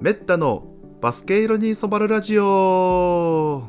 メッタのバスケ色に染まるラジオ。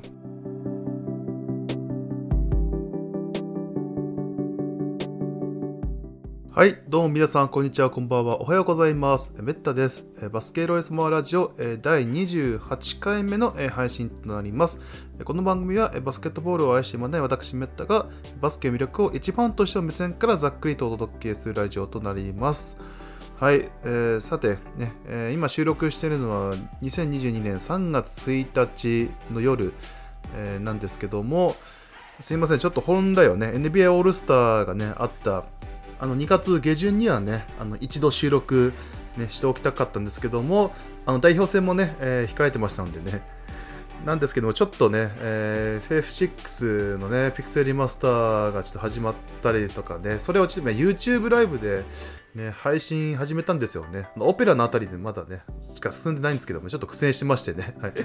はい、どうも皆さんこんにちは、こんばんは、おはようございます。メッタです。バスケ色に染まるラジオ第28回目の配信となります。この番組はバスケットボールを愛してやまない私メッタがバスケの魅力を一ファンとしての目線からざっくりとお届けするラジオとなります。はい、さてね、今収録しているのは2022年3月1日の夜、なんですけども、すいません、ちょっと本来はね NBA オールスターがねあった2月下旬にはね一度収録、ね、しておきたかったんですけども、代表戦もね、控えてましたんでね、なんですけどもちょっとね、FF6 のねピクセルリマスターがちょっと始まったりとかね、それをちょっと YouTube ライブでね、配信始めたんですよね。オペラのあたりでまだねしか進んでないんですけども、ちょっと苦戦してましてね、はい、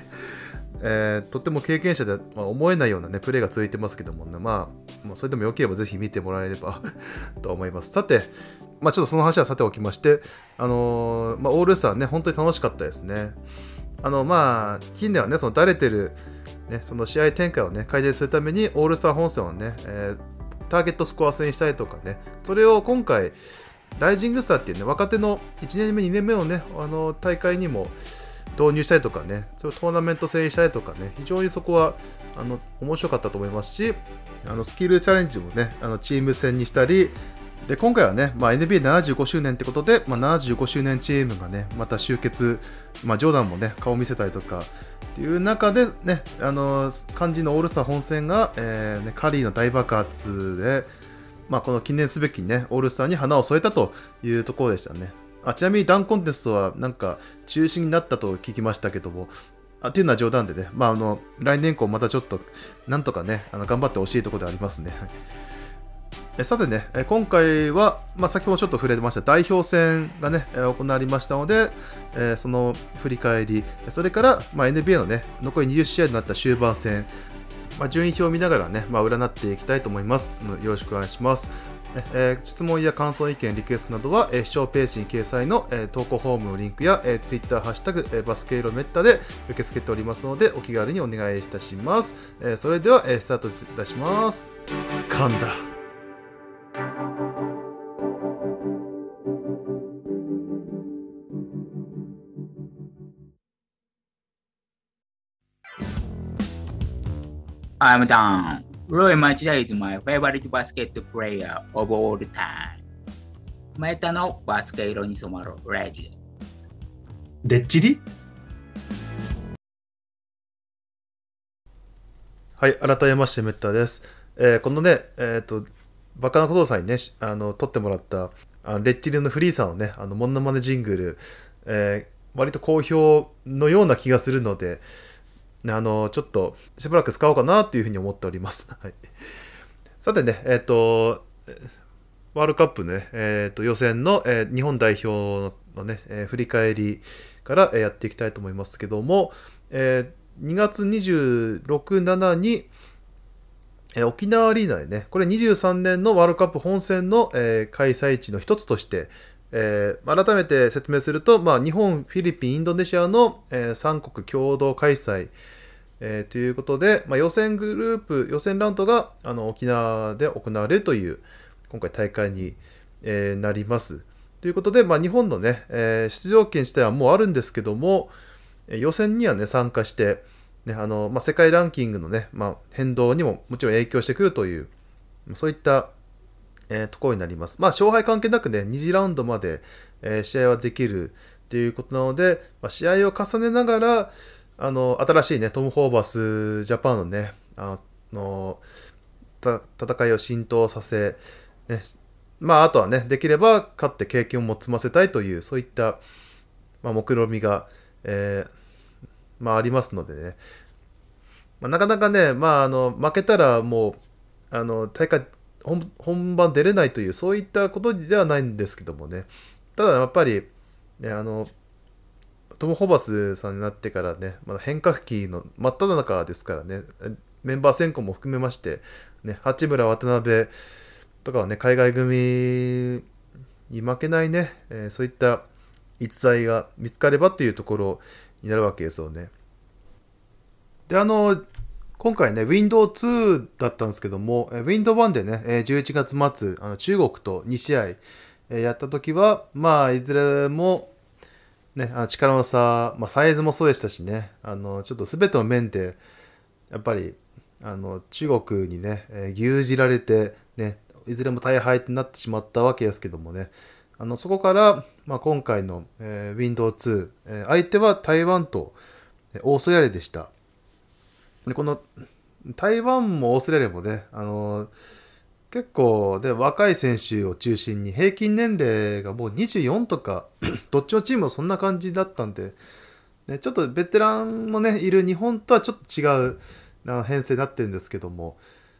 とっても経験者では思えないようなねプレーが続いてますけどもね、まあそれでもよければぜひ見てもらえればと思います。さて、ちょっとその話はさておきまして、オールスターね本当に楽しかったですね。近年はねそのだれてるねその試合展開をね改善するためにオールスター本戦をね、ターゲットスコア戦にしたりとかね、それを今回ライジングスターっていうね若手の1年目2年目のね大会にも導入したりとかね、それをトーナメント戦にしたりとかね、非常にそこは面白かったと思いますし、スキルチャレンジもねチーム戦にしたりで、今回はね、NBA75 周年ってことで、75周年チームがねまた集結、ジョーダンもね顔を見せたりとかっていう中でね、肝心のオールスター本戦が、カリーの大爆発で、この記念すべきねオールスターに花を添えたというところでしたね。ちなみにダンコンテストはなんか中止になったと聞きましたけども、っていうのは冗談でね、来年以降またちょっとなんとかね頑張ってほしいところでありますね。さてね、今回は、先ほどちょっと触れてました代表戦がね行われましたので、その振り返り、それから、NBA のね残り20試合となった終盤戦、順位表を見ながらね、占っていきたいと思いますのでよろしくお願いします。質問や感想、意見、リクエストなどは、視聴ページに掲載の、投稿フォームのリンクや、Twitter ハッシュタグ、バスケ色メッタで受け付けておりますのでお気軽にお願いいたします。それでは、スタートいたします。噛んだ。 I'm down. Roy Machida is my favorite basket player of all time. メタのバスケ色に染まるラジオ。 レッチリ？ はい、改めましてメッタです。このね、バカなことさんにね撮ってもらったレッチリのフリーさんのねモノマネジングル、割と好評のような気がするので、ちょっとしばらく使おうかなというふうに思っております。はい、さてね、ワールドカップね、予選の、日本代表のね、振り返りから、やっていきたいと思いますけども、2月26、7に、沖縄アリーナでね、これ23年のワールドカップ本戦の、開催地の一つとして、改めて説明すると、日本、フィリピン、インドネシアの、3国共同開催、ということで、予選ラウンドが沖縄で行われるという今回大会に、なります。ということで、日本のね、出場権自体はもうあるんですけども、予選にはね参加して、ね世界ランキングのね、変動にももちろん影響してくるという、そういったところになります。勝敗関係なくね、2次ラウンドまで、試合はできるということなので、試合を重ねながら、新しいね、トム・ホーバスジャパンのね、戦いを浸透させ、ね、あとはね、できれば勝って経験を積ませたいという、そういった、目論みが、ありますのでね、なかなかね、負けたらもう、大会、本番出れないというそういったことではないんですけどもね、ただやっぱり、ね、トム・ホーバスさんになってからね、変革期の真っ只中ですからね、メンバー選考も含めまして、ね、八村、渡辺とかはね、海外組に負けないね、そういった逸材が見つかればっていうところになるわけですよね。で、今回ね、Windows 2だったんですけども、Windows 1でね、11月末、中国と2試合、やった時は、まあ、いずれも、ね、力の差、まあ、サイズもそうでしたしね、ちょっと全ての面で、やっぱり、中国にね、牛耳られて、ね、いずれも大敗となってしまったわけですけどもね、そこから、まあ、今回の、Windows 2、相手は台湾とオーストラリアでした。で、この台湾もオーストラリアもね、結構で若い選手を中心に平均年齢がもう24とかどっちのチームもそんな感じだったんで、ね、ちょっとベテランもねいる日本とはちょっと違う編成になってるんですけども、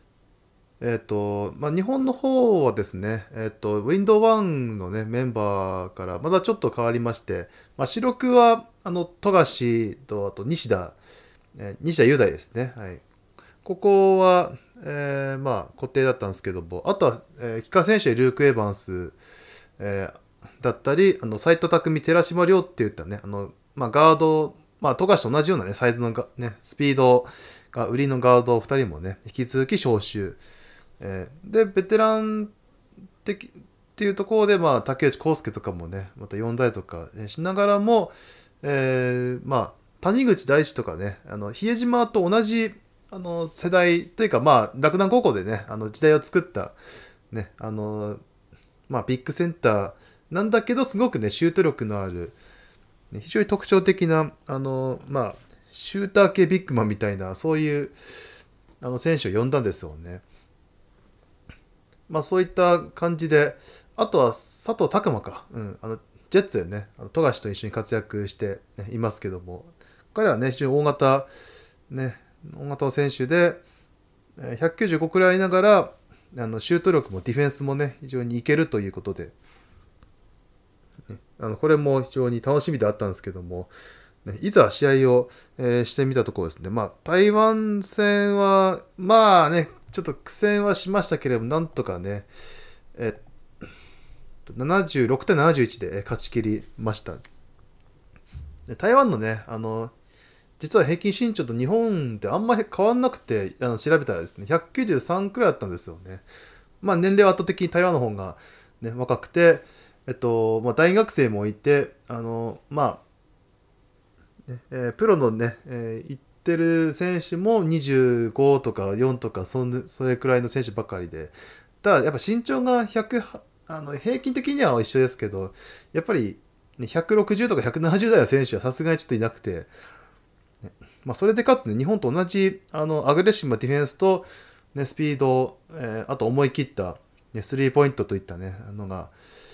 まあ、日本の方はですね、Windows 1のねメンバーからまだちょっと変わりまして、まあ、主力は富樫とあと西田、西田雄大ですね。はい。ここは、まあ固定だったんですけども、あとは、帰化選手でルーク・エヴァンス、だったり、斎藤匠、寺島亮っていったね、まあ、ガード、まあ、富樫と同じようなね、サイズのね、スピードが売りのガード2人もね、引き続き招集。で、ベテラン的っていうところで、まあ、竹内康介とかもね、また呼んだりとかしながらも、まあ、谷口大地とかね、比江島と同じ世代というか、まあ、洛南高校でね、時代を作った、ね、まあ、ビッグセンターなんだけど、すごくね、シュート力のある、ね、非常に特徴的な、まあ、シューター系ビッグマンみたいな、そういう、選手を呼んだんですよね。まあ、そういった感じで、あとは佐藤拓磨か、うん、ジェッツでね、富樫と一緒に活躍して、ね、いますけども、彼はね、非常に大型、ね、大型の選手で、195くらいながら、シュート力もディフェンスもね、非常にいけるということで、ね、これも非常に楽しみであったんですけども、ね、いざ試合を、してみたところですね、まあ、台湾戦は、まあね、ちょっと苦戦はしましたけれども、なんとかね、76対71で勝ち切りました。で台湾のね、実は平均身長と日本ってあんまり変わんなくて、調べたらですね、193くらいだったんですよね。まあ年齢は圧倒的に台湾の方が、ね、若くて、まあ、大学生もいて、まあ、ねプロのね、行ってる選手も25とか4とかそれくらいの選手ばかりで、ただやっぱ身長が100、平均的には一緒ですけど、やっぱり、ね、160とか170代の選手はさすがにちょっといなくて、ね、まあ、それでかつね、日本と同じアグレッシブなディフェンスと、ね、スピード、あと思い切った、ね、スリーポイントといったね、のが、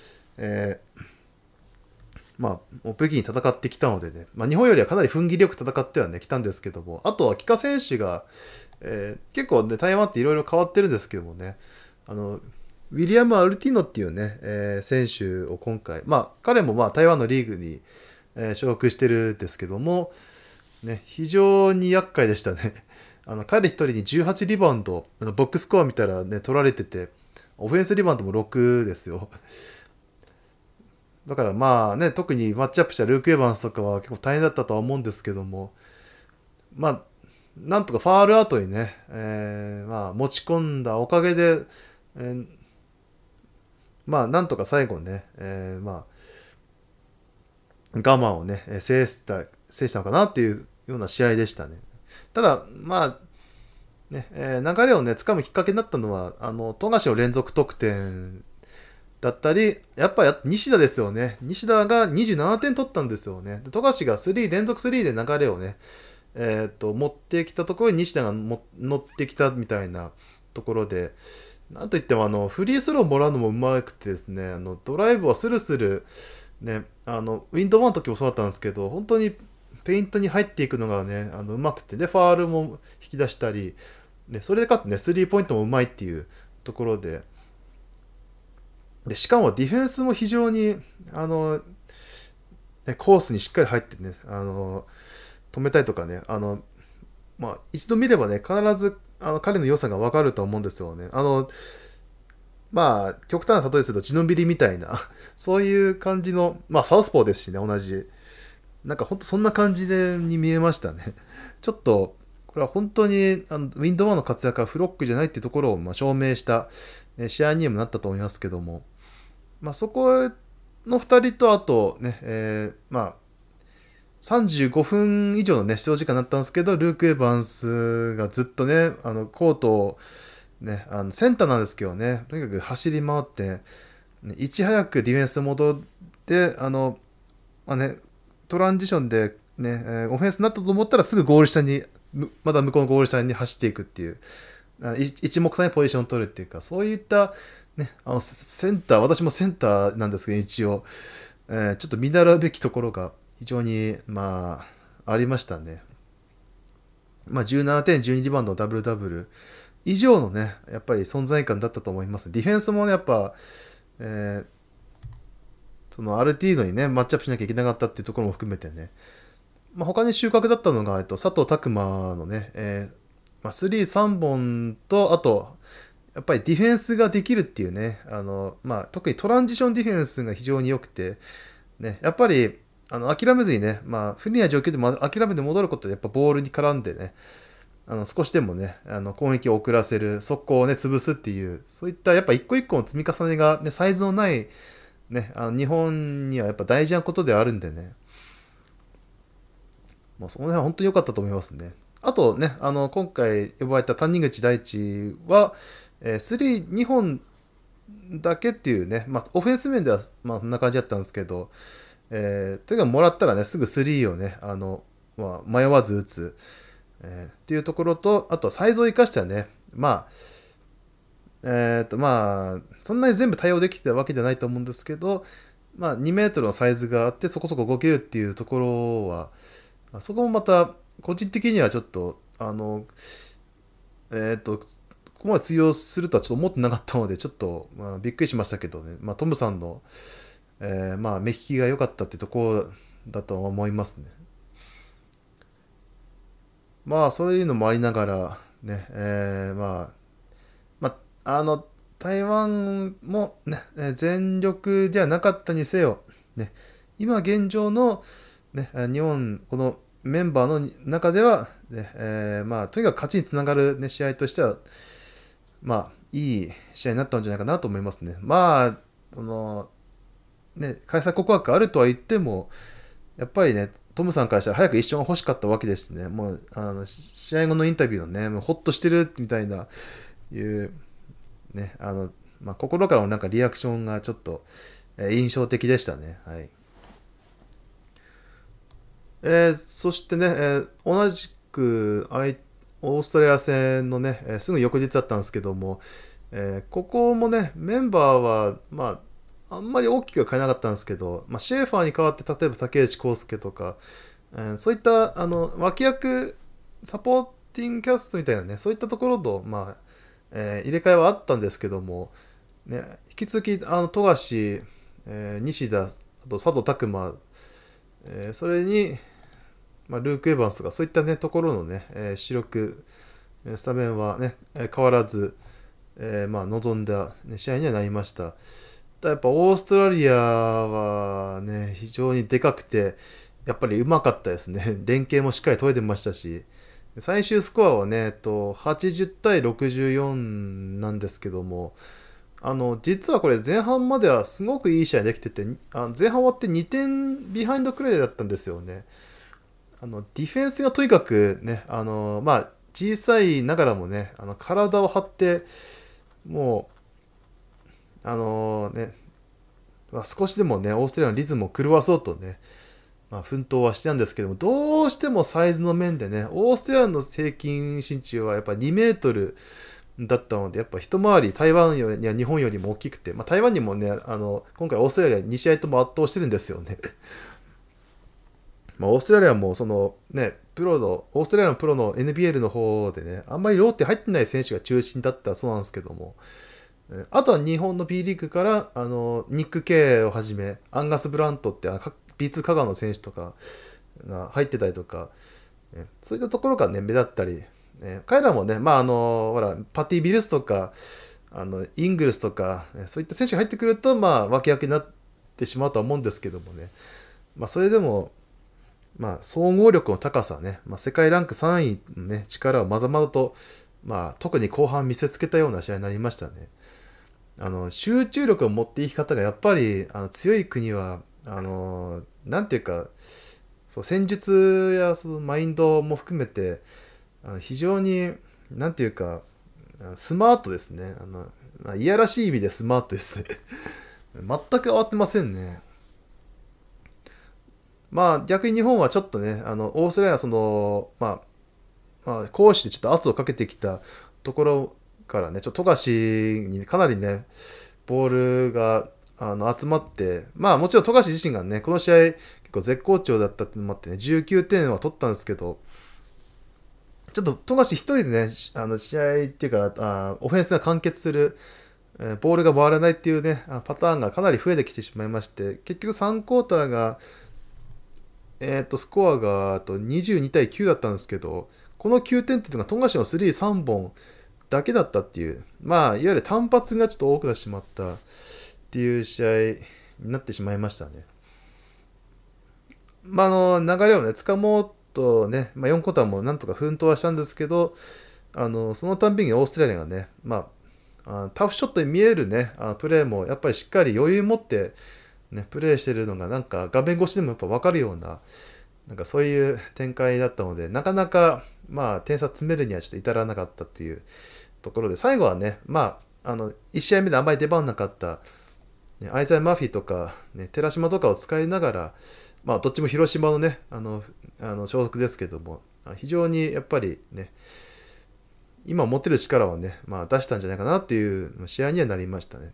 まあ、もう武器に戦ってきたのでね、まあ、日本よりはかなり踏ん切りよく戦ってはね、きたんですけども、あとは帰化選手が、結構ね、台湾っていろいろ変わってるんですけどもね、ウィリアム・アルティノっていうね、選手を今回、まあ、彼もまあ台湾のリーグに、所属してるんですけども、ね、非常に厄介でしたね。彼一人に18リバウンド、ボックスコア見たらね、取られてて、オフェンスリバウンドも6ですよ。だからまあね、特にマッチアップしたルーク・エヴァンスとかは結構大変だったとは思うんですけども、まあ、なんとかファールアウトにね、まあ持ち込んだおかげで、まあなんとか最後ね、まあ我慢をね、制したのかなっていうような試合でしたね。ただ、まあ、ね、流れをね、掴むきっかけになったのは、富樫の連続得点だったり、やっぱり西田ですよね。西田が27点取ったんですよね。富樫が連続3で流れをね、持ってきたところに西田が乗ってきたみたいなところで、なんといってもフリースローもらうのもうまくてですね、ドライブはスルスル、ね、ウィンドウ1の時もそうだったんですけど、本当にペイントに入っていくのがね、うまくて、で、ファールも引き出したり、でそれでかつね、スリーポイントもうまいっていうところで、しかもディフェンスも非常に、コースにしっかり入ってね、止めたりとかね、まあ、一度見ればね、必ず彼の良さが分かると思うんですよね。 まあ、極端な例えすると、ジノビリみたいな、そういう感じの、まあ、サウスポーですしね、同じ。なんかほんとそんな感じに見えましたね。ちょっと、これは本当にウィンドウァンの活躍はフロックじゃないっていうところをまあ証明した、試合にもなったと思いますけども、まあ、そこの2人とあとね、まあ、35分以上の、ね、出場時間になったんですけど、ルーク・エヴァンスがずっとね、コートを、ね、センターなんですけどね、とにかく走り回って、ね、いち早くディフェンス戻って、まあね、トランジションで、ね、オフェンスになったと思ったらすぐゴール下に、まだ向こうのゴール下に走っていくっていう、一目散にポジションを取るっていうか、そういった、ね、センター、私もセンターなんですけど、一応、ちょっと見習うべきところが非常に、まあ、ありましたね。まあ、17点、12リバウンド、ダブルダブル以上のね、やっぱり存在感だったと思います。ディフェンスもね、やっぱ、えーそのアルティーノにね、マッチアップしなきゃいけなかったっていうところも含めてね、まあ、他に収穫だったのが、佐藤拓磨のね、まあ、スリー3本と、あと、やっぱりディフェンスができるっていうね、まあ、特にトランジションディフェンスが非常に良くて、ね、やっぱり、諦めずにね、まあ、不利な状況でも諦めて戻ることで、やっぱボールに絡んでね、少しでもね、攻撃を遅らせる、速攻をね、潰すっていう、そういったやっぱ一個一個の積み重ねがね、サイズのない、ね、日本にはやっぱ大事なことであるんでね、もうその辺は本当に良かったと思いますね。あとね、今回呼ばれた谷口大地は、スリー2本だけっていうね、まあ、オフェンス面では、まあ、そんな感じだったんですけど、とにかくもらったらね、すぐスリーをね、まあ、迷わず打つ、っていうところと、あとサイズを生かしたね、まあ、まあ、そんなに全部対応できてたわけじゃないと思うんですけど、まあ、2メートルのサイズがあって、そこそこ動けるっていうところは、そこもまた、個人的にはちょっと、ここまで通用するとはちょっと思ってなかったので、ちょっと、まあ、びっくりしましたけどね、まあ、トムさんの、まあ、目利きが良かったってところだと思いますね。まあ、そういうのもありながら、ね、まあ、台湾も、ね、全力ではなかったにせよ、ね、今現状の、ね、日本、このメンバーの中では、ねまあ、とにかく勝ちにつながる、ね、試合としては、まあ、いい試合になったんじゃないかなと思いますね。まあ、開催国枠あるとは言っても、やっぱりね、トムさんからしたら早く一緒が欲しかったわけですね。もう、試合後のインタビューのね、もうほっとしてるみたいな、いうね、まあ、心からのなんかリアクションがちょっと、印象的でしたね。はい。そしてね、同じくオーストラリア戦のね、すぐ翌日だったんですけども、ここもね、メンバーは、まあ、あんまり大きくは変えなかったんですけど、まあ、シェーファーに代わって、例えば竹内康介とか、そういった脇役、サポーティングキャストみたいなね、そういったところと、まあ入れ替えはあったんですけども、ね、引き続き富樫、西田、あと佐藤拓磨、それに、まあ、ルーク・エヴァンスとかそういった、ね、ところのね、主力スタメンは、ね、変わらず、まあ、望んだ、ね、試合にはなりました。やっぱオーストラリアは、ね、非常にでかくてやっぱりうまかったですね。連携もしっかり取れてましたし、最終スコアはね、80対64なんですけども、実はこれ前半まではすごくいい試合できてて、前半終わって2点ビハインドくらいだったんですよね。ディフェンスがとにかくね、まあ、小さいながらもね、体を張って、もう、ね、まあ、少しでもね、オーストラリアのリズムを狂わそうとね、まあ、奮闘はしてたんですけども、どうしてもサイズの面でね、オーストラリアの平均身長はやっぱ2メートルだったので、やっぱ一回り台湾より日本よりも大きくて、まあ、台湾にもね、今回オーストラリア2試合とも圧倒してるんですよね。まあ、オーストラリアもそのね、オーストラリアのプロの NBL の方でね、あんまりローテ入ってない選手が中心だったそうなんですけども、あとは日本の B リーグから、ニック・ケイをはじめ、アンガス・ブラントって、B2 香川の選手とかが入ってたりとか、そういったところがね、目立ったり、彼らもね、まあ、ほら、パティ・ビルスとか、 イングルスとかそういった選手が入ってくると脇役になってしまうとは思うんですけどもね、それでも総合力の高さね、世界ランク3位のね力をまざまざと、特に後半見せつけたような試合になりましたね。集中力を持っていき方がやっぱり強い国はなんていうか、そう戦術やそのマインドも含めて非常になんていうかスマートですね。いやらしい意味でスマートですね。全く変わってませんね。逆に日本はちょっとねオーストラリアはその攻守でちょっと圧をかけてきたところからね、ちょっと富樫にかなりねボールが集まって、もちろん富樫自身がねこの試合結構絶好調だったっていうのもあってね19点は取ったんですけど、ちょっと富樫一人でね試合っていうかオフェンスが完結するボールが回らないっていうねパターンがかなり増えてきてしまいまして、結局3クォーターがスコアが22対9だったんですけど、この9点っていうのが富樫のスリー3本だけだったっていう、いわゆる単発がちょっと多くなってしまったっていう試合になってしまいましたね。流れをね掴もうとね、4クォーターもなんとか奮闘はしたんですけど、そのたんびにオーストラリアがね、タフショットに見えるねプレーもやっぱりしっかり余裕持ってね、プレーしてるのがなんか画面越しでもやっぱ分かるような、なんかそういう展開だったので、なかなか点差詰めるにはちょっと至らなかったっていうところで、最後はね、1試合目であまり出番なかった、ね、アイザイ・マーフィーとか、ね、寺島とかを使いながら、どっちも広島のね、所属ですけども、非常にやっぱりね、今持ってる力はね、出したんじゃないかなっていう試合にはなりましたね。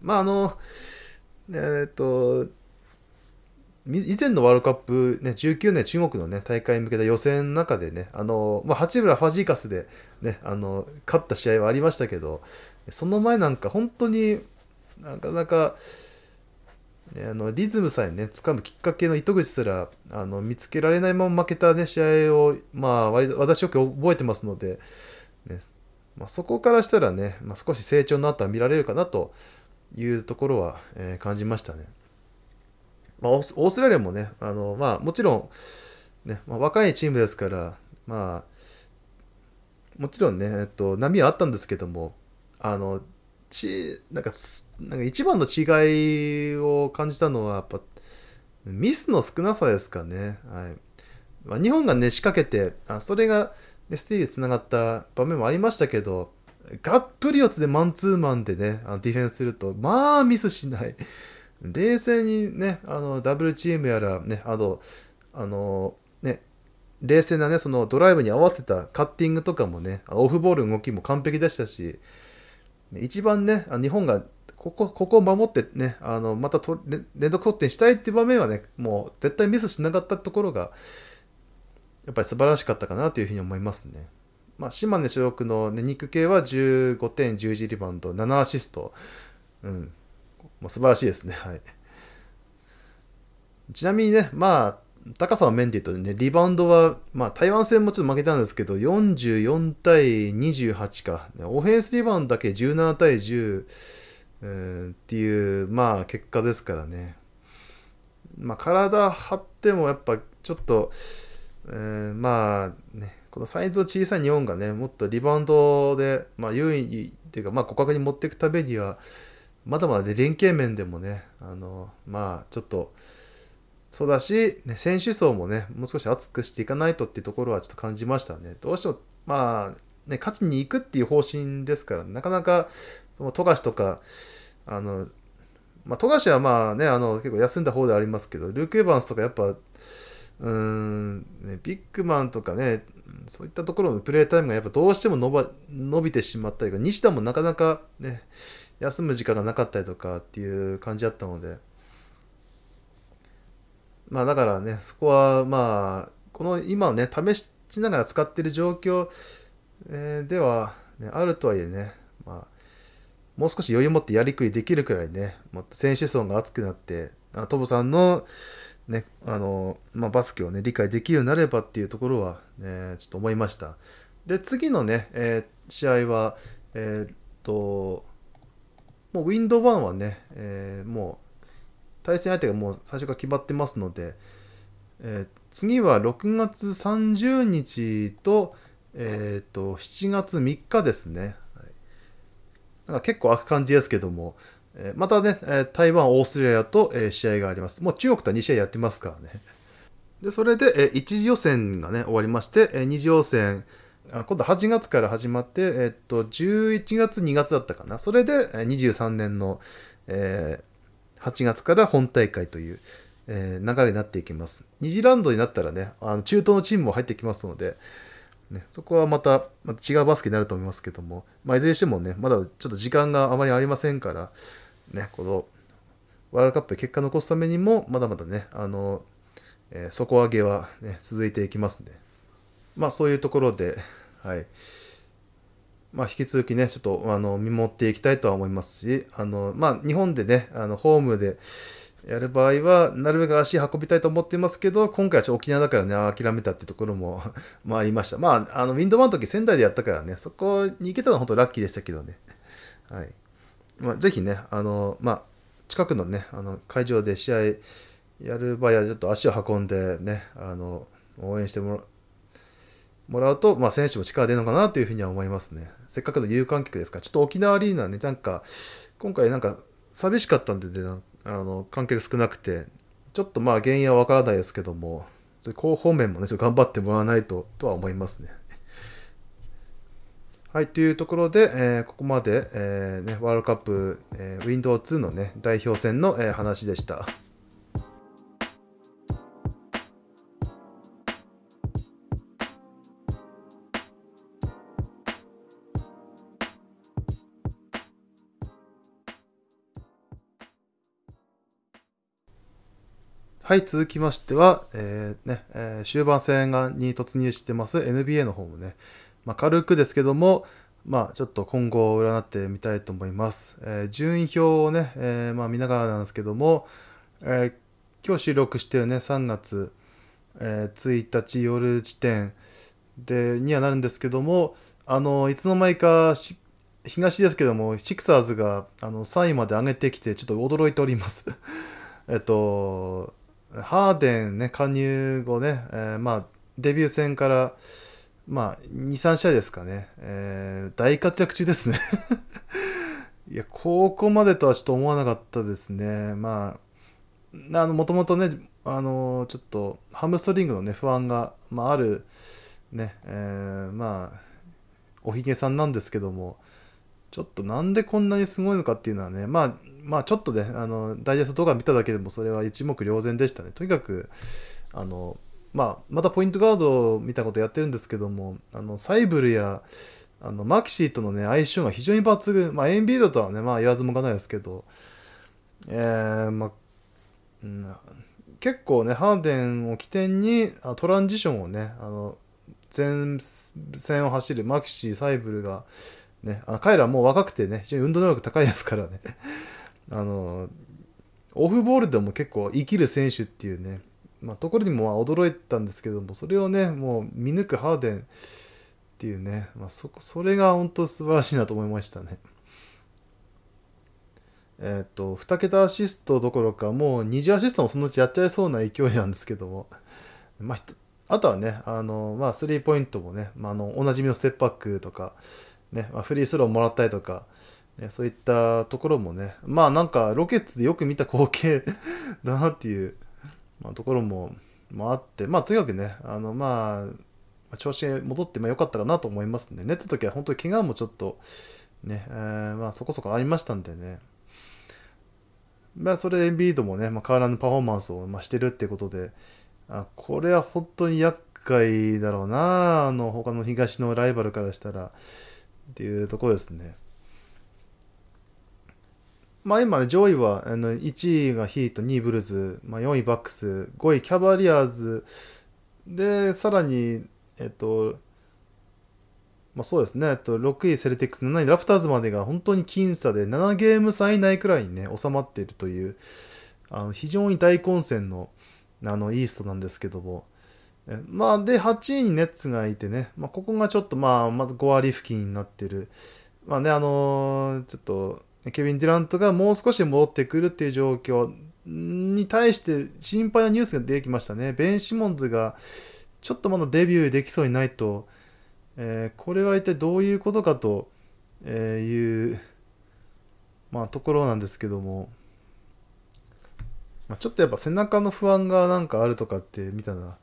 以前のワールドカップ、ね、19年中国の、ね、大会に向けた予選の中でね、八村ファジーカスで、ね、勝った試合はありましたけど、その前なんか本当になかなか、ね、リズムさえね、掴むきっかけの糸口すら見つけられないまま負けた、ね、試合を、私よく覚えてますので、ねそこからしたらね、少し成長の後は見られるかなというところは、感じましたね。オーストラリアもね、もちろん、ね、若いチームですから、もちろんね、波はあったんですけども、あの、なんか一番の違いを感じたのは、やっぱ、ミスの少なさですかね。はい。日本がね、仕掛けて、それが、ね、ステージにつながった場面もありましたけど、がっぷり四つでマンツーマンでね、ディフェンスすると、ミスしない。冷静にね、ダブルチームやら、ね、ね、冷静なね、そのドライブに合わせたカッティングとかもね、オフボールの動きも完璧でしたし、一番ね、日本がここを守ってね、また連続得点したいっていう場面はね、もう絶対ミスしなかったところが、やっぱり素晴らしかったかなというふうに思いますね。島根所属の、ね、ニック系は15点、11リバウンド、7アシスト。うん。素晴らしいですね。はい。ちなみにね、高さの面で言うとね、リバウンドは、台湾戦もちょっと負けたんですけど、44対28か。オフェンスリバウンドだけ17対10、っていう、結果ですからね。体張ってもやっぱちょっと、このサイズの小さい日本がね、もっとリバウンドで、優位っていうか、互角に持っていくためには、まだまだ、ね、連携面でもね、ちょっと、そうだし、ね、選手層もね、もう少し厚くしていかないとっていうところはちょっと感じましたね。どうしても、勝ちに行くっていう方針ですから、なかなか、その富樫とか、富樫は結構休んだ方ではありますけど、ルーク・エヴァンスとかやっぱ、ビッグマンとかね、そういったところのプレータイムがやっぱどうしても伸びてしまったりとか、西田もなかなかね、休む時間がなかったりとかっていう感じだったので、だからね、そこはこの今ね、試しながら使っている状況、では、ね、あるとはいえね、もう少し余裕持ってやりくりできるくらいね、もっと選手層が厚くなって、トムさんのね、バスケをね、理解できるようになればっていうところは、ちょっと思いました。で、次のね、試合は、 もう Wind1 はね、もう対戦相手がもう最初から決まってますので、次は6月30日と、7月3日ですね。はい、なんか結構空く感じですけども、またね、台湾、オーストラリアと、試合があります。もう中国とは2試合やってますからね。で、それで、1次予選がね、終わりまして、2次予選、今度8月から始まって、11月、2月だったかな。それで、23年の、8月から本大会という、流れになっていきます。2次ラウンドになったらね、中東のチームも入ってきますので、ね、そこはまた違うバスケになると思いますけども、いずれにしてもね、まだちょっと時間があまりありませんから、ね、このワールドカップで結果を残すためにも、まだまだね、底上げは、ね、続いていきますね。そういうところで、はい。引き続きね、ちょっと見守っていきたいとは思いますし、日本でね、ホームでやる場合は、なるべく足運びたいと思っていますけど、今回は沖縄だからね、諦めたっていうところもありました。ウィンドバンの時仙台でやったからね、そこに行けたのは本当ラッキーでしたけどね。はい。ぜひね、近くのね、会場で試合やる場合は、ちょっと足を運んでね、応援してもらうと、選手も力出るのかなというふうには思いますね。せっかくの有観客ですから、ちょっと沖縄アリーナね、今回寂しかったんでね、観客少なくて、ちょっと原因はわからないですけども、そういう広報面もね、ちょっと頑張ってもらわないとは思いますね。はい、というところで、ここまで、ワールドカップ、Windows2 のね、代表戦の、話でした。はい、続きましては、終盤戦に突入してます NBA の方もね、軽くですけども、ちょっと今後を占ってみたいと思います。順位表をね、見ながらなんですけども、今日収録してるね、3月、1日夜時点にはなるんですけども、いつの間にか東ですけども、シクサーズが3位まで上げてきて、ちょっと驚いております。ハーデンね、加入後ね、デビュー戦から、2、3試合ですかね、大活躍中ですね。いや、ここまでとはちょっと思わなかったですね。もともとね、ちょっと、ハムストリングのね、不安が、ある、ね、おひげさんなんですけども、ちょっとなんでこんなにすごいのかっていうのはね、ちょっとね、ダイジェスト動画見ただけでもそれは一目瞭然でしたね。とにかく、またポイントガードみたいなことやってるんですけども、サイブルや、マキシーとのね、相性が非常に抜群。エンビードとはね、言わずもがないですけど、うん、結構ね、ハーデンを起点にトランジションをね、前線を走るマキシー、サイブルが、ね、彼らもう若くてね、非常に運動能力高いですからね。オフボールでも結構生きる選手っていうね、ところにも驚いたんですけども、それをね、もう見抜くハーデンっていうね、それが本当素晴らしいなと思いましたね。2桁アシストどころか、もう20アシストもそのうちやっちゃいそうな勢いなんですけども、あとはね、スリーポイントもね、おなじみのステップバックとか、ね、フリースローもらったりとか、ね、そういったところもね、ロケッツでよく見た光景だなっていう、ところも、あって、とにかくね、調子が戻って良かったかなと思いますね。ネットの時は本当に怪我もちょっと、ね、そこそこありましたんでね。それでエンビードもね、変わらぬパフォーマンスを、してるっていうことで、これは本当に厄介だろうな、他の東のライバルからしたら、っていうところですね。今ね、上位は1位がヒート、2位ブルズ、4位バックス、5位キャバリアーズ、で、さらに、そうですね、6位セルティックス、7位ラプターズまでが本当に僅差で7ゲーム差以内くらいにね、収まっているという、非常に大混戦の、イーストなんですけども、で、8位にネッツがいてね、ここがちょっとまだ5割付近になってる。ちょっと、 ケビン・デュラントがもう少し戻ってくるっていう状況に対して心配なニュースが出てきましたね。ベン・シモンズがちょっとまだデビューできそうにないと、これは一体どういうことかという、まあ、ところなんですけども、まあ、ちょっとやっぱ背中の不安がなんかあるとかって見たな。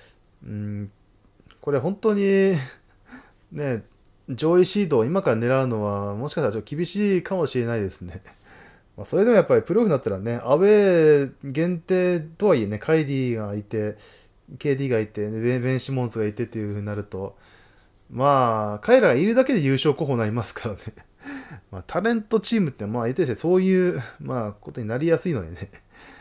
これ本当にね、上位シードを今から狙うのはもしかしたらちょっと厳しいかもしれないですね。まあそれでもやっぱりプロオフになったらね、アウェー限定とはいえね、カイリーがいて、KD がいて、ベン・シモンズがいてっていう風になると、まあ、彼らがいるだけで優勝候補になりますからね。まあ、タレントチームって、まあ、言っててそういう、まあ、ことになりやすいのでね。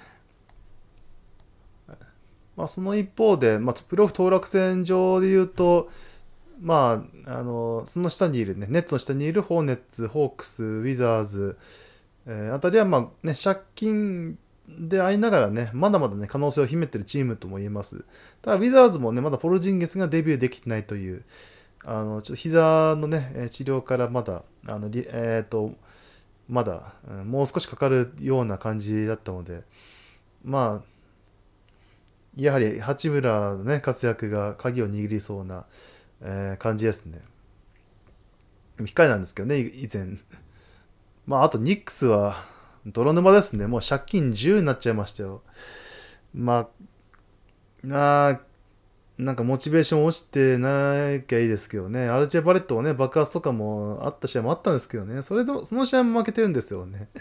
まあ、その一方で、まあ、プレーオフ当落戦上で言うと、まあ、その下にいるね、ネッツの下にいるホーネッツ、ホークス、ウィザーズ、あたりは、まあね、借金でありながらね、まだまだね、可能性を秘めてるチームとも言えます。ただ、ウィザーズもね、まだポルジンゲスがデビューできてないという、ちょっと膝のね、治療からまだ、まだ、もう少しかかるような感じだったので、まあ、やはり八村のね、活躍が鍵を握りそうな、感じですね。控えなんですけどね、以前。まあ、あとニックスは、泥沼ですね。もう借金10になっちゃいましたよ。まなんかモチベーション落ちてなきゃいいですけどね。アルチェ・バレットはね、爆発とかもあった試合もあったんですけどね。それでも、その試合も負けてるんですよね。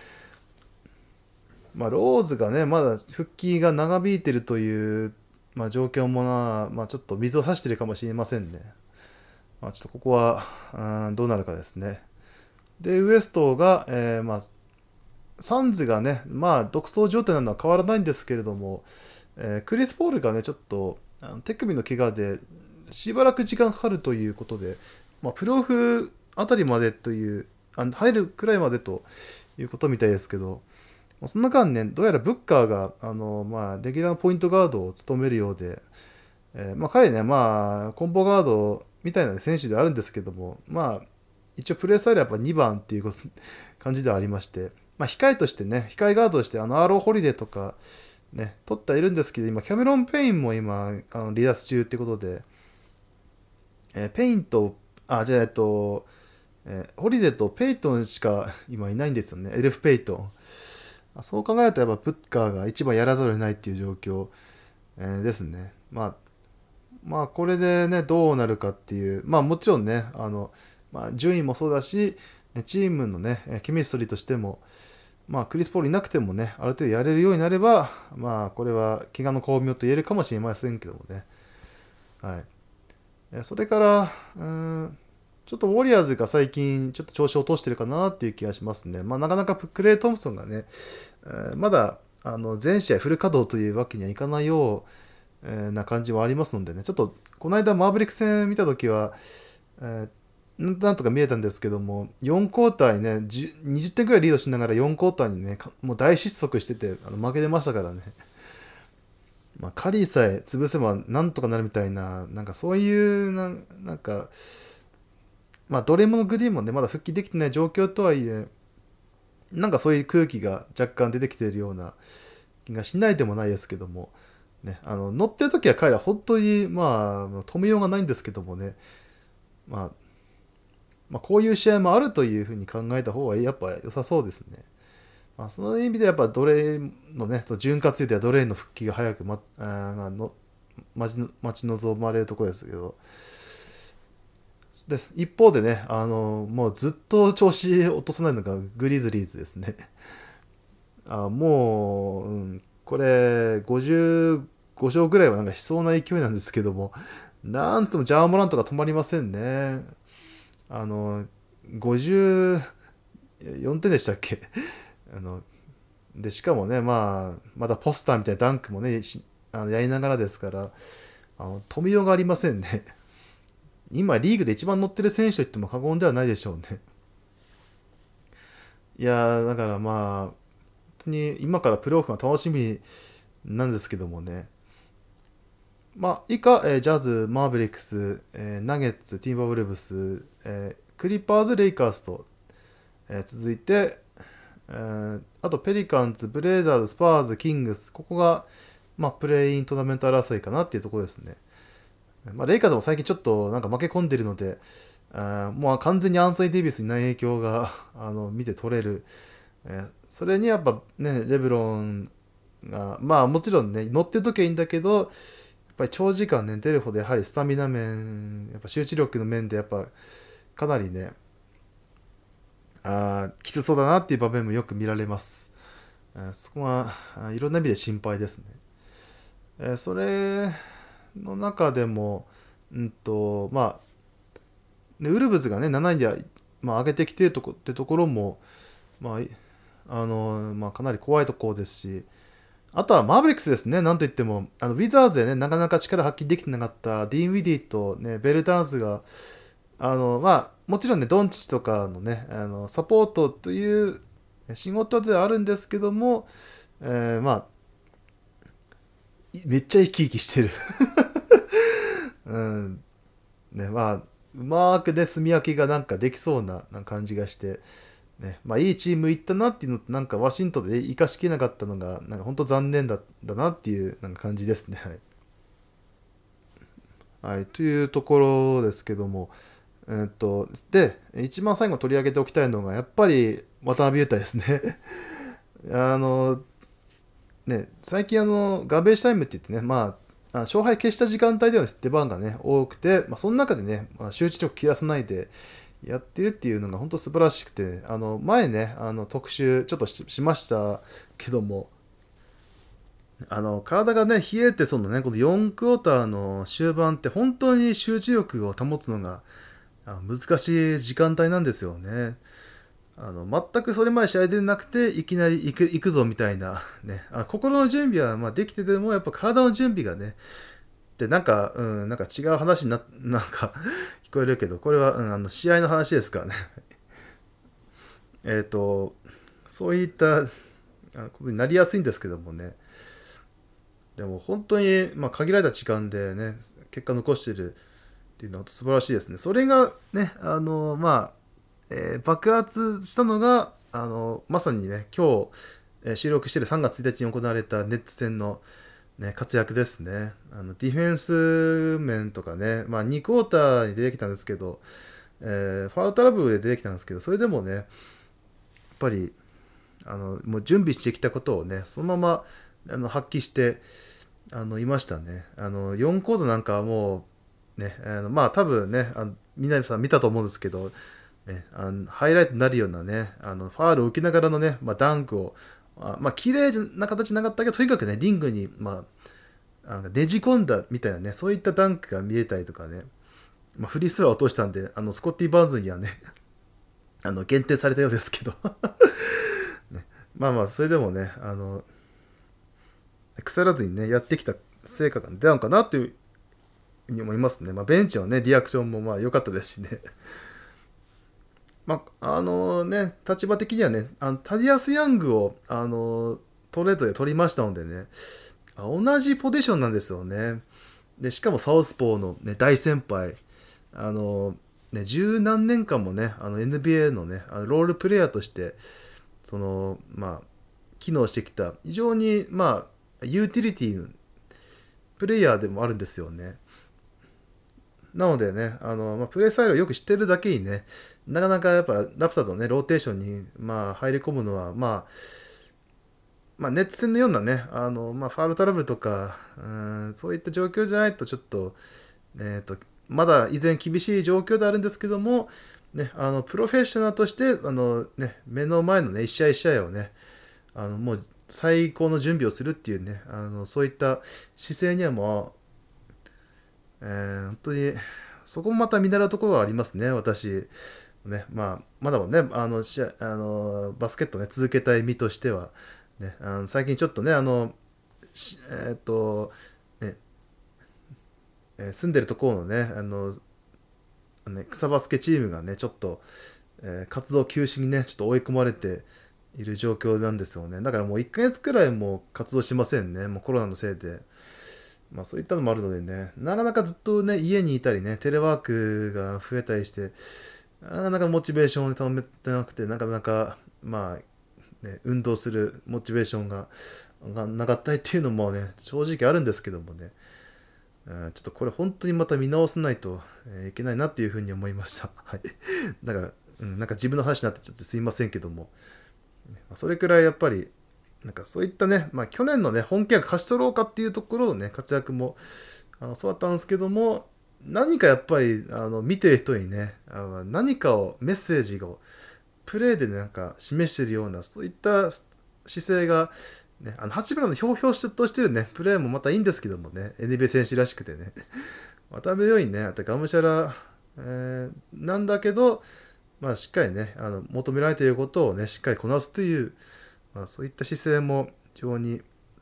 まあ、ローズがね、まだ復帰が長引いてるという、まあ、状況もまあ、ちょっと水を差してるかもしれませんね。まあ、ちょっとここは、どうなるかですね。で、ウエストが、まあ、サンズがね、まあ、独走状態なのは変わらないんですけれども、クリス・ポールがね、ちょっと手首の怪我でしばらく時間かかるということで、まあ、プロオフあたりまでという、入るくらいまでということみたいですけど、そんな間ね、どうやらブッカーが、まあ、レギュラーのポイントガードを務めるようで、まあ、彼ね、まあ、コンボガードみたいな選手ではあるんですけども、まあ、一応プレースタイルはやっぱ2番っていう感じではありまして、まあ、控えとしてね、控えガードとして、アーロー・ホリデーとか、ね、取ってはいるんですけど、今、キャメロン・ペインも今、離脱中ってことで、ペインと、じゃあ、ホリデーとペイトンしか今いないんですよね、エルフ・ペイトン。そう考えると、やっぱプッカーが一番やらざるを得ないっていう状況、ですね。まあ、これでね、どうなるかっていう、まあ、もちろんね、まあ、順位もそうだし、チームのね、ケミストリーとしても、まあ、クリス・ポールいなくてもね、ある程度やれるようになれば、まあ、これは怪我の巧妙と言えるかもしれませんけどもね。はい。それから、ちょっとウォリアーズが最近ちょっと調子を落としてるかなっていう気がしますね。まあ、なかなかクレイ・トンプソンがね、まだ全試合フル稼働というわけにはいかないような感じはありますのでね、ちょっとこの間マーブリック戦見たときは、なんとか見えたんですけども、4クォーターにね、20点くらいリードしながら4クォーターにね、もう大失速してて負けてましたからね。まあ、カリーさえ潰せばなんとかなるみたいな、なんかそういうなんか、まあ、ドレモのグリーンもね、まだ復帰できてない状況とはいえ、なんかそういう空気が若干出てきているような気がしないでもないですけども、ね、乗ってる時は彼ら本当に、まあ、止めようがないんですけどもね、まあ、こういう試合もあるというふうに考えた方がやっぱ良さそうですね。まあ、その意味でやっぱ奴隷のね、潤滑油では奴隷の復帰が早く待ち望まれるところですけど、一方でね、もうずっと調子落とさないのがグリズリーズですね。もう、これ、55勝ぐらいはなんかしそうな勢いなんですけども、なんつってもジャーモラントが止まりませんね。54点でしたっけ？で、しかもね、まあ、まだポスターみたいなダンクもね、やりながらですから、止めようがありませんね。今、リーグで一番乗ってる選手と言っても過言ではないでしょうね。いやー、だからまあ、本当に今からプレーオフが楽しみなんですけどもね。まあ、以下、ジャズ、マーベリックス、ナゲッツ、ティンバーウルブス、クリッパーズ、レイカーズと、 続いて、あとペリカンズ、ブレイザーズ、スパーズ、キングス、ここが、プレイントーナメント争いかなっていうところですね。レイカーズも最近ちょっとなんか負け込んでるので、もう完全にアンソニー・デイビスにない影響が見て取れる。それにやっぱね、レブロンが、もちろんね、乗ってる時はいいんだけど、やっぱり長時間ね、出るほどやはりスタミナ面、やっぱ集中力の面でやっぱかなりね、きつそうだなっていう場面もよく見られます。そこはいろんな意味で心配ですね。それの中でも、ね、ウルブズがね、7位で、上げてきてるってところも、かなり怖いところですし、あとはマーベリックスですね、なんといっても、ウィザーズでね、なかなか力発揮できてなかったディーン・ウィディと、ね、ベルターンズが、もちろんね、ドンチッチとかのね、サポートという仕事ではあるんですけども、めっちゃ生き生きしてる。うんね、うまくね、住み分けがなんかできそうな感じがして、ね、いいチーム行ったなっていうのと、なんかワシントンで生かしきれなかったのが、なんか本当残念だなっていうなんか感じですね。はい。はい、というところですけども、で、一番最後取り上げておきたいのが、やっぱり渡辺裕太ですね。あの、最近ガベージタイムって言ってね、勝敗消した時間帯では出番がね、多くて、その中でね、集中力切らさないでやってるっていうのが本当素晴らしくて、前ね、特集ちょっとしましたけども、体がね、冷えて、そのね、この4クォーターの終盤って本当に集中力を保つのが難しい時間帯なんですよね。全くそれまで試合でなくて、いきなり行くぞみたいな、ね、心の準備はできてても、やっぱ体の準備がね、で、なんか違う話になんか聞こえるけど、これは、試合の話ですからね。そういったことになりやすいんですけどもね、でも本当に、限られた時間でね、結果残してるっていうのは素晴らしいですね。それがね、爆発したのが、まさにね、今日、収録している3月1日に行われたネッツ戦の、ね、活躍ですね。ディフェンス面とかね、2クォーターに出てきたんですけど、ファウルトラブルで出てきたんですけど、それでもね、やっぱり、もう準備してきたことをね、そのまま発揮して、いましたね。4コードなんかはもう、ね、多分ね、皆さん見たと思うんですけど、ね、ハイライトになるようなね、ファールを受けながらのね、ダンクを、綺麗な形なかったけど、とにかくね、リングに、ねじ込んだみたいなね、そういったダンクが見えたりとかね、フリースローを落としたんで、スコッティ・バーンズにはね、限定されたようですけど、ね、それでもね、腐らずにね、やってきた成果が出たのかなというふうに思いますね。ベンチのね、リアクションも良かったですしね。立場的にはね、タディアス・ヤングを、トレードで取りましたのでね、同じポジションなんですよね。で、しかもサウスポーの、ね、大先輩、十何年間もね、NBA のね、ロールプレイヤーとして、機能してきた、非常に、ユーティリティのプレイヤーでもあるんですよね。なのでね、プレイスタイルをよく知ってるだけにね、なかなかやっぱラプターズのね、ローテーションに、入り込むのは、ネッツ戦のようなね、ファールトラブルとか、そういった状況じゃないとちょっと、まだ依然厳しい状況であるんですけども、ね、プロフェッショナルとして、目の前のね、一試合一試合をね、もう最高の準備をするっていうね、そういった姿勢にはもう、本当に、そこもまた見習うところがありますね、私。ね、まだもね、バスケットね、続けたい身としては、ね、最近ちょっとね、しえーっと、ね、住んでるところのね、草バスケチームがね、ちょっと、活動休止にね、ちょっと追い込まれている状況なんですよね。だからもう1ヶ月くらいもう活動しませんね、もうコロナのせいで。そういったのもあるのでね、なかなかずっとね、家にいたりね、テレワークが増えたりして、 なかなかモチベーションを保てなくて、なかなか、運動するモチベーションがなかったりっていうのもね、正直あるんですけどもね、ちょっとこれ本当にまた見直さないと、いけないなっていうふうに思いました。はい。だから、なんか自分の話になってちゃってすいませんけども、それくらいやっぱり、なんかそういったね、去年のね、本契約勝ち取ろうかっていうところのね、活躍も、そうだったんですけども、何かやっぱり、見てる人にね、何かを、メッセージを、プレーでなんか示しているような、そういった姿勢が、ね、八村のひょうひょうとしてるね、プレーもまたいいんですけどもね、NBA 選手らしくてね、渡辺よりね、あとがむしゃら、なんだけど、しっかりね、求められていることをね、しっかりこなすという、そういった姿勢も非常に、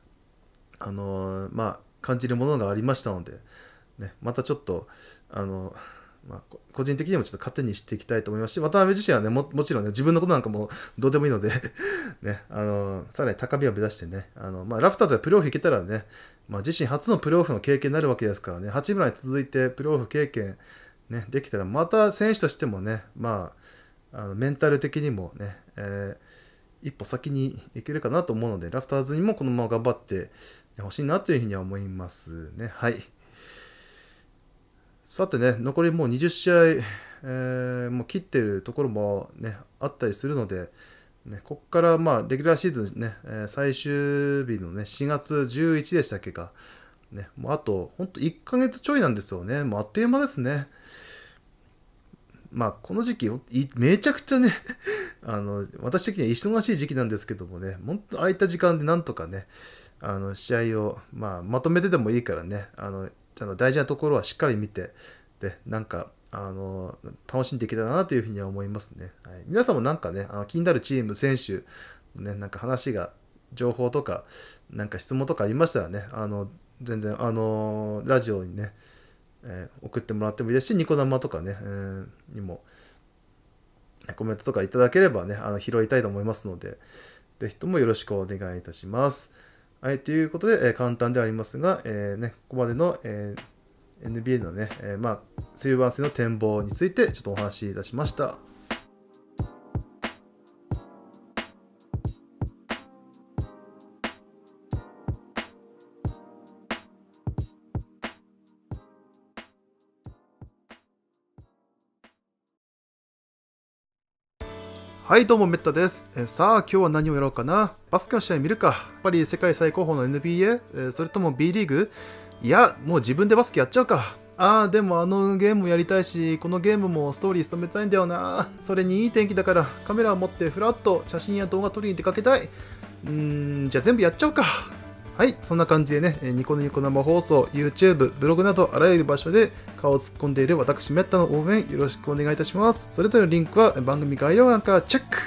感じるものがありましたので、ね、またちょっと、個人的にもちょっと糧にしていきたいと思いますし、渡辺自身はね、もちろんね、自分のことなんかもどうでもいいのでね、さらに高みを目指してね、ラプターズがプレーオフ行けたらね、自身初のプレーオフの経験になるわけですからね、八村に続いてプレーオフ経験、ね、できたら、また選手としてもね、メンタル的にもね、一歩先に行けるかなと思うので、ラプターズにもこのまま頑張ってほしいなというふうには思いますね。はい。さてね、残りもう20試合、もう切っているところもね、あったりするので、ね、ここからレギュラーシーズンね、最終日のね、4月11でしたっけか。ね、もうあと、ほんと1ヶ月ちょいなんですよね。もうあっという間ですね。この時期、めちゃくちゃね私的には忙しい時期なんですけどもね、本当空いた時間でなんとかね、試合を、まとめてでもいいからね、大事なところはしっかり見て、で、なんか、楽しんでいけたらなというふうには思いますね。はい、皆さんもなんかね、気になるチーム、選手、ね、なんか話が、情報とか、なんか質問とかありましたらね、全然、ラジオにね、送ってもらってもいいですし、ニコ生とかね、にもコメントとかいただければね、拾いたいと思いますので、ぜひともよろしくお願いいたします。はい、ということで、簡単ではありますが、ここまでの、NBA のね、シルバー戦の展望についてちょっとお話しいたしました。はい、どうも、メッタです。さあ、今日は何をやろうかな。バスケの試合見るか。やっぱり世界最高峰の NBA、それとも B リーグ。いや、もう自分でバスケやっちゃうか。でもゲームもやりたいし、このゲームもストーリー務めたいんだよな。それにいい天気だから、カメラを持ってフラッと写真や動画撮りに出かけたい。じゃあ全部やっちゃおうか。はい、そんな感じでね、ニコニコ生放送、YouTube、ブログなどあらゆる場所で顔を突っ込んでいる私、メッタの応援よろしくお願いいたします。それぞれのリンクは番組概要欄からチェック。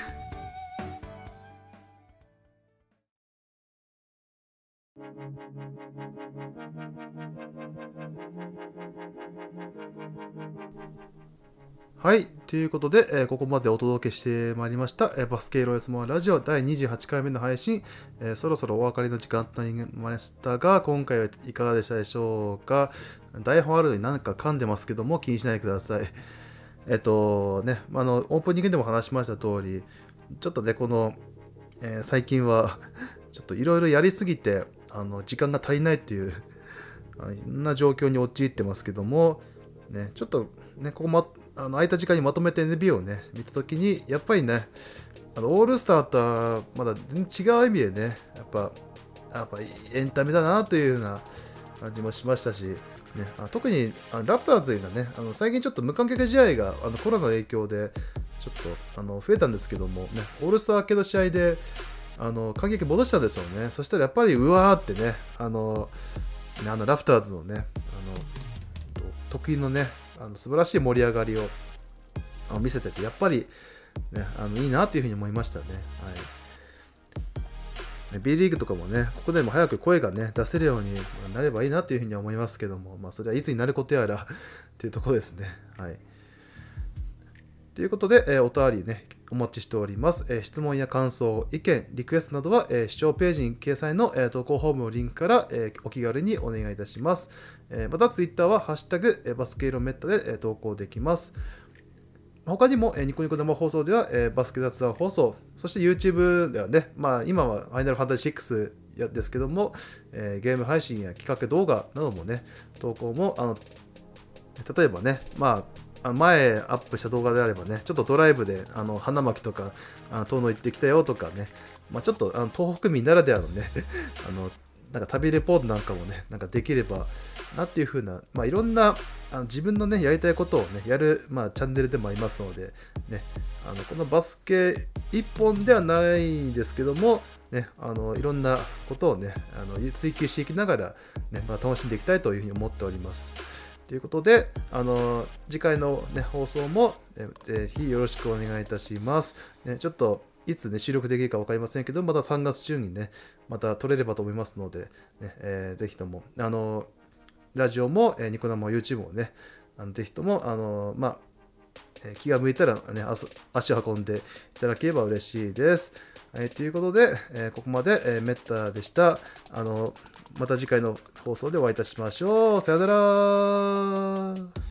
はい。ということで、ここまでお届けしてまいりました、バスケロイスモアラジオ第28回目の配信、そろそろお別れの時間となりましたが、今回はいかがでしたでしょうか。台本あるのに何か噛んでますけども、気にしないでください。オープニングでも話しました通り、ちょっとね、この、最近は、ちょっといろいろやりすぎて、時間が足りないっていう、いろんな状況に陥ってますけども、ね、ちょっとね、ここ空いた時間にまとめて NBA をね、見たときに、やっぱりね、オールスターとはまだ全然違う意味でね、やっぱエンタメだなというような感じもしましたし、ね、特にラプターズがね、最近ちょっと無観客試合がコロナの影響で、ちょっと増えたんですけども、ね、オールスター系の試合で、観客戻したんですよね。そしたらやっぱりうわーってね、ラプターズのね、得意のね、素晴らしい盛り上がりを見せてて、やっぱり、ね、いいなというふうに思いましたね。はい、B リーグとかもね、ここでも早く声がね、出せるようになればいいなというふうには思いますけども、それはいつになることやらっていうところですね。はい。ということで、お便りね、お待ちしております。質問や感想、意見、リクエストなどは、視聴ページに掲載の、投稿フォームのリンクから、お気軽にお願いいたします。また、ツイッターは、ハッシュタグ、バスケイロメッタで、投稿できます。 他にも、ニコニコ生放送では、バスケ雑談放送、そして YouTube ではね、今はファイナルファンタジー6ですけども、ゲーム配信や企画動画などもね、投稿も、例えばね、前アップした動画であればね、ちょっとドライブで花巻とか遠野行ってきたよとかね、ちょっと東北民ならではのねなんか旅レポートなんかもね、なんかできればなっていう風な、いろんな自分のね、やりたいことをね、やる、チャンネルでもありますので、ね、このバスケ一本ではないんですけども、ね、いろんなことをね、追求していきながら、ね、楽しんでいきたいというふうに思っております。ということで、次回の、ね、放送も、ぜひよろしくお願いいたします。ね、ちょっといつ、ね、収録できるか分かりませんけど、また3月中にね、また撮れればと思いますので、ねぜひとも、ラジオも、ニコ生も YouTube もね、ぜひとも、気が向いたら、ね、足を運んでいただければ嬉しいです。ということで、ここまで、メッタでした。また次回の放送でお会いいたしましょう。さよなら。